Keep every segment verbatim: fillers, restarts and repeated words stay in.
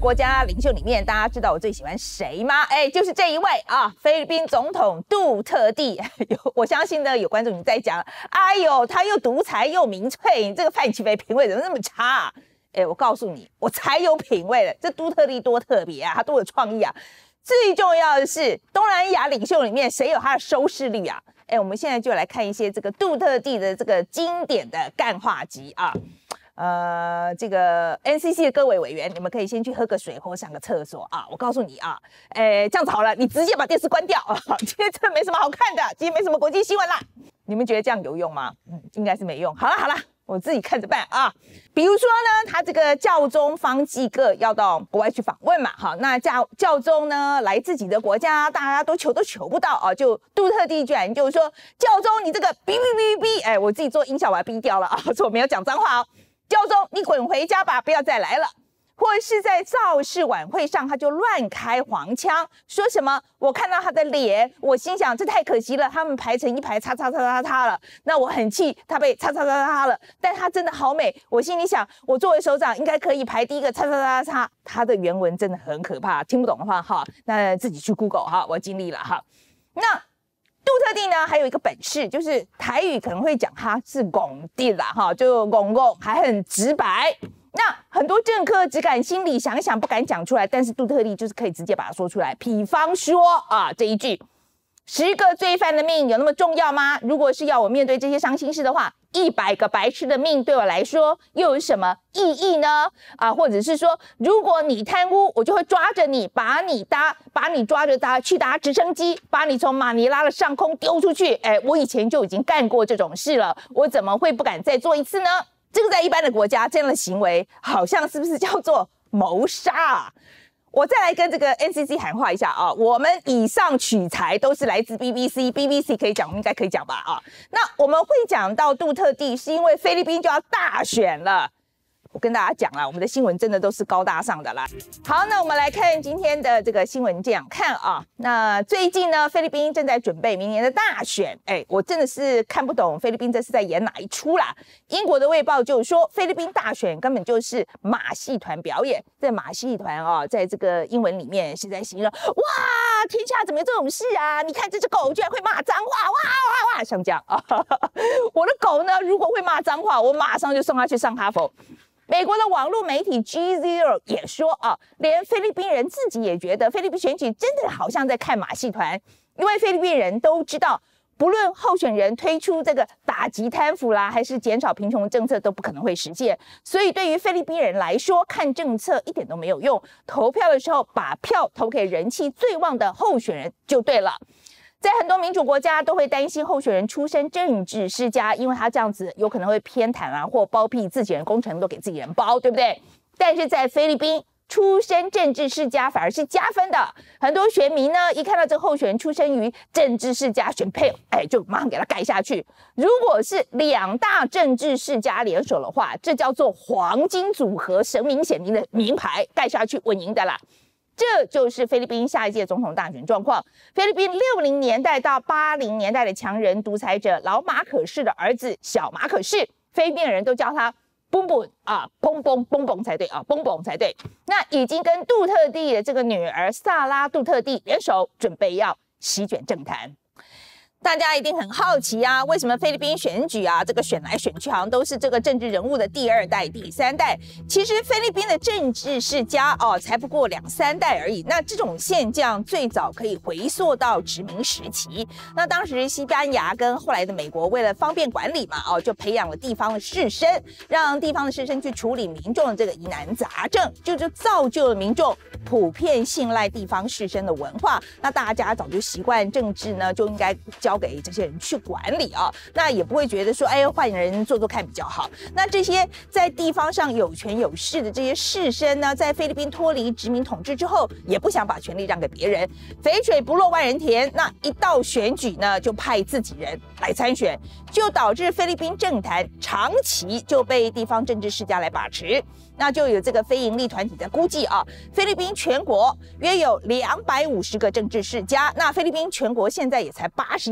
国家领袖里面，大家知道我最喜欢谁吗？哎，就是这一位啊，菲律宾总统杜特地。我相信呢，有观众你在讲，哎呦，他又独裁又民粹，你这个范琪斐品味怎么那么差啊？哎，我告诉你，我才有品味了。这杜特地多特别啊，他多有创意啊！最重要的是，东南亚领袖里面谁有他的收视率啊？哎，我们现在就来看一些这个杜特地的这个经典的干话集啊。呃，这个 N C C 的各位委员，你们可以先去喝个水或上个厕所啊！我告诉你啊，诶，这样子好了，你直接把电视关掉啊！今天真的没什么好看的，今天没什么国际新闻啦。你们觉得这样有用吗？嗯，应该是没用。好了好了，我自己看着办啊。比如说呢，他这个教宗方济各要到国外去访问嘛，好，那教教宗呢来自己的国家，大家都求都求不到啊，就杜特地居然就是说，教宗你这个哔哔哔哔，哎，我自己做音效把它哔掉了啊，说我没有讲脏话哦。教宗，你滚回家吧，不要再来了。或者是在造势晚会上，他就乱开黄腔，说什么我看到他的脸，我心想这太可惜了，他们排成一排，叉叉叉叉叉了。那我很气，他被叉叉叉叉了。但他真的好美，我心里想，我作为首长应该可以排第一个，叉叉叉叉。他的原文真的很可怕，听不懂的话哈，那自己去 Google 哈，我尽力了哈。那杜特地呢，还有一个本事，就是台语可能会讲他是拱地啦，哈，就拱拱，还很直白。那很多政客只敢心里想想，不敢讲出来，但是杜特地就是可以直接把它说出来。比方说啊，这一句：十个罪犯的命有那么重要吗？如果是要我面对这些伤心事的话，一百个白痴的命对我来说又有什么意义呢？啊，或者是说，如果你贪污，我就会抓着你，把你搭，把你抓着搭去搭直升机，把你从马尼拉的上空丢出去。哎，我以前就已经干过这种事了，我怎么会不敢再做一次呢？这个在一般的国家，这样的行为好像是不是叫做谋杀啊？我再来跟这个 N C C 喊话一下啊，我们以上取材都是来自 B B C，B B C 可以讲，我们应该可以讲吧啊？那我们会讲到杜特地，是因为菲律宾就要大选了。我跟大家讲啦，我们的新闻真的都是高大上的啦。好，那我们来看今天的这个新闻，这样看啊。那最近呢，菲律宾正在准备明年的大选。哎，我真的是看不懂菲律宾这是在演哪一出啦。英国的卫报就说，菲律宾大选根本就是马戏团表演。这马戏团啊，在这个英文里面是在形容，哇，天下怎么有这种事啊？你看这只狗居然会骂脏话，哇哇哇，像这样啊。我的狗呢，如果会骂脏话，我马上就送它去上哈佛。美国的网络媒体 G Zero 也说啊，连菲律宾人自己也觉得菲律宾选举真的好像在看马戏团，因为菲律宾人都知道，不论候选人推出这个打击贪腐啦，还是减少贫穷的政策，都不可能会实现。所以对于菲律宾人来说，看政策一点都没有用，投票的时候把票投给人气最旺的候选人就对了。在很多民主国家都会担心候选人出身政治世家，因为他这样子有可能会偏袒啊，或包庇自己人工程都给自己人包，对不对？但是在菲律宾，出身政治世家反而是加分的。很多选民呢，一看到这个候选人出身于政治世家选配，哎，就马上给他盖下去。如果是两大政治世家联手的话，这叫做黄金组合，神明显明的名牌，盖下去稳赢的啦。这就是菲律宾下一届总统大选状况。菲律宾六零年代到八零年代的强人独裁者老马可仕的儿子小马可仕，菲律宾人都叫他蹦蹦啊，蹦蹦蹦蹦才对啊，蹦蹦才对。那已经跟杜特地的这个女儿萨拉杜特地联手，准备要席卷政坛。大家一定很好奇啊，为什么菲律宾选举啊，这个选来选去好像都是这个政治人物的第二代、第三代？其实菲律宾的政治世家哦，才不过两三代而已。那这种现象最早可以回溯到殖民时期。那当时西班牙跟后来的美国为了方便管理嘛，哦，就培养了地方的士绅，让地方的士绅去处理民众的这个疑难杂症，就就造就了民众普遍信赖地方士绅的文化。那大家早就习惯政治呢，就应该交给这些人去管理啊，那也不会觉得说，哎，换人做做看比较好。那这些在地方上有权有势的这些士绅呢，在菲律宾脱离殖民统治之后，也不想把权力让给别人，肥水不落万人田。那一到选举呢，就派自己人来参选，就导致菲律宾政坛长期就被地方政治世家来把持。那就有这个非营利团体在估计啊，菲律宾全国约有两百五十个政治世家。那菲律宾全国现在也才八十一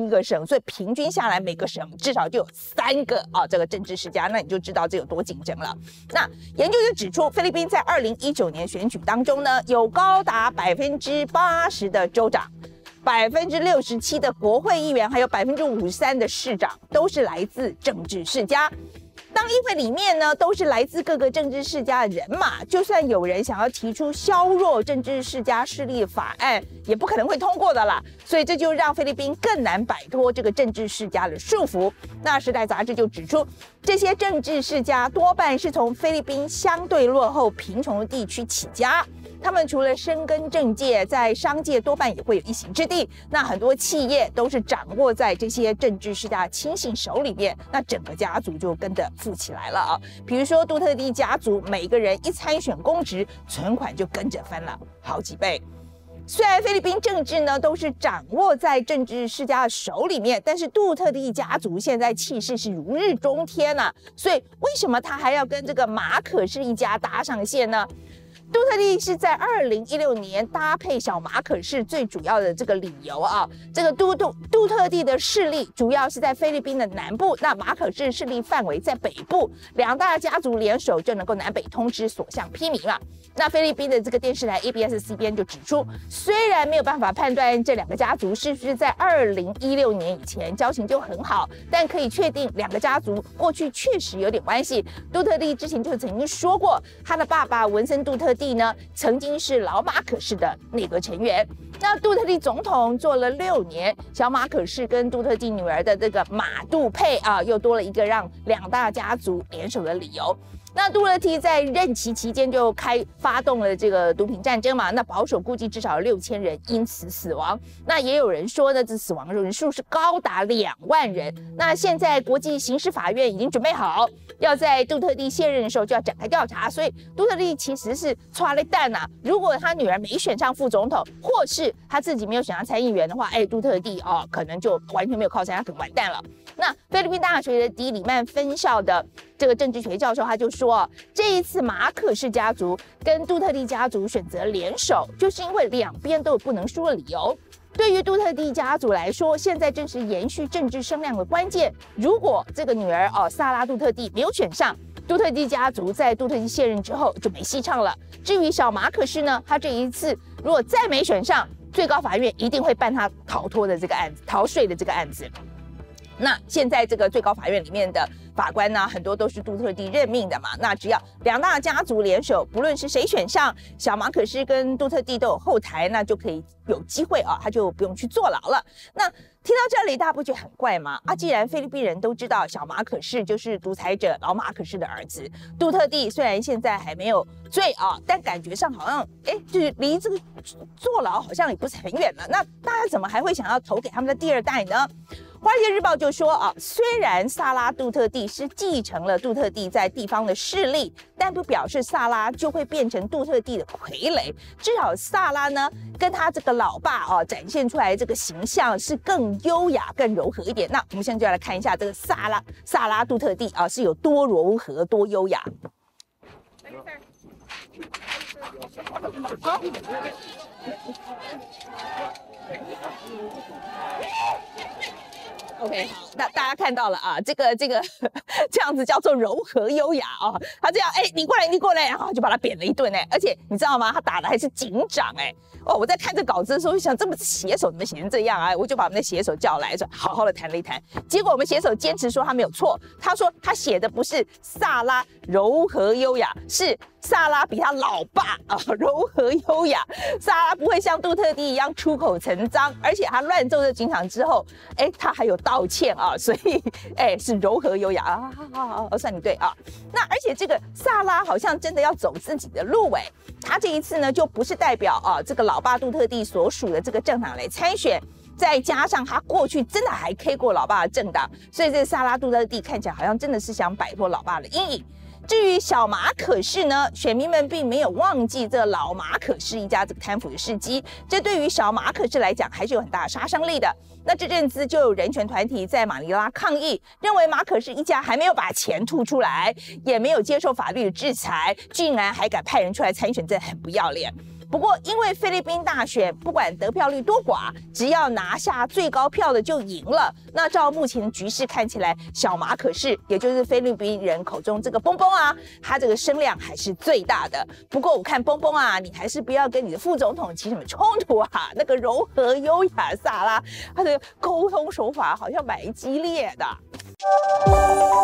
一个省，所以平均下来每个省至少就有三个啊这个政治世家，那你就知道这有多竞争了。那研究就指出，菲律宾在二零一九年选举当中呢，有高达百分之八十的州长。百分之六十七的国会议员，还有百分之五十三的市长，都是来自政治世家。当议会里面呢，都是来自各个政治世家的人马，就算有人想要提出削弱政治世家势力的法案，也不可能会通过的啦。所以这就让菲律宾更难摆脱这个政治世家的束缚。那《时代》杂志就指出，这些政治世家多半是从菲律宾相对落后、贫穷的地区起家。他们除了深耕政界，在商界多半也会有一席之地。那很多企业都是掌握在这些政治世家亲信手里面，那整个家族就跟着富起来了啊。比如说杜特地家族，每个人一参选公职，存款就跟着翻了好几倍。虽然菲律宾政治呢都是掌握在政治世家的手里面，但是杜特地家族现在气势是如日中天啊。所以为什么他还要跟这个马可仕一家搭上线呢？杜特地是在二零一六年搭配小马可仕最主要的这个理由啊，这个杜杜杜特地的势力主要是在菲律宾的南部，那马可仕势力范围在北部，两大家族联手就能够南北通吃，所向披靡了。那菲律宾的这个电视台 A B S C B N 就指出，虽然没有办法判断这两个家族是不是在二零一六年以前交情就很好，但可以确定两个家族过去确实有点关系。杜特地之前就曾经说过，他的爸爸文森杜特地呢，曾经是老马可仕的内阁成员。那杜特地总统做了六年，小马可仕跟杜特地女儿的这个马杜配啊，又多了一个让两大家族联手的理由。那杜特地在任期期间就开发动了这个毒品战争嘛，那保守估计至少六千人因此死亡。那也有人说呢，这死亡人数是高达两万人。那现在国际刑事法院已经准备好，要在杜特地卸任的时候就要展开调查。所以杜特地其实是抓了蛋啊！如果他女儿没选上副总统，或是他自己没有选上参议员的话，哎，杜特地哦，可能就完全没有靠山，他可能完蛋了。那菲律宾大学的迪里曼分校的这个政治学教授他就说，这一次马可仕家族跟杜特地家族选择联手，就是因为两边都有不能输的理由。对于杜特地家族来说，现在正是延续政治声量的关键。如果这个女儿哦萨拉杜特地没有选上，杜特地家族在杜特地卸任之后就没戏唱了。至于小马可仕呢，他这一次如果再没选上，最高法院一定会办他逃脱的这个案子，逃税的这个案子。那现在这个最高法院里面的法官呢，很多都是杜特地任命的嘛。那只要两大家族联手，不论是谁选上，小马可仕跟杜特地都有后台，那就可以有机会啊，他就不用去坐牢了。那听到这里，大家不觉得很怪吗？啊，既然菲律宾人都知道小马可仕就是独裁者老马可仕的儿子，杜特地虽然现在还没有罪啊，但感觉上好像哎，就是离这个坐牢好像也不是很远了。那大家怎么还会想要投给他们的第二代呢？华尔街日报就说啊，虽然萨拉杜特地是继承了杜特地在地方的势力，但不表示萨拉就会变成杜特地的傀儡。至少萨拉呢，跟他这个老爸啊展现出来这个形象是更优雅、更柔和一点。那我们现在就要来看一下这个萨拉萨拉杜特地啊是有多柔和、多优雅。好。OK， 好，那大家看到了啊，这个这个这样子叫做柔和优雅啊。他这样，哎、欸，你过来，你过来，然后就把他扁了一顿哎、欸。而且你知道吗？他打的还是警长哎、欸。哦，我在看这稿子的时候就想，这么写手怎么写成这样啊？我就把我们的写手叫来，说好好的谈了一谈。结果我们写手坚持说他没有错，他说他写的不是萨拉柔和优雅，是萨拉比他老爸啊柔和优雅。萨拉不会像杜特地一样出口成脏，而且他乱揍这警长之后，哎，他还有道歉啊，所以哎是柔和优雅啊。好好好，算你对啊。那而且这个萨拉好像真的要走自己的路哎，他这一次呢就不是代表啊这个老爸杜特地所属的这个政党来参选。再加上他过去真的还 K 过老爸的政党，所以这个萨拉杜特地看起来好像真的是想摆脱老爸的阴影。至于小马可仕呢，选民们并没有忘记这老马可仕一家这个贪腐的事迹，这对于小马可仕来讲还是有很大的杀伤力的。那这阵子就有人权团体在马尼拉抗议，认为马可仕一家还没有把钱吐出来，也没有接受法律的制裁，竟然还敢派人出来参选，真的很不要脸。 不过因为菲律宾大选不管得票率多寡，只要拿下最高票的就赢了。那照目前的局势看起来，小马可是也就是菲律宾人口中这个蹦蹦啊，他这个声量还是最大的。不过我看蹦蹦啊，你还是不要跟你的副总统起什么冲突啊，那个柔和优雅萨拉，他的沟通手法好像蛮激烈的。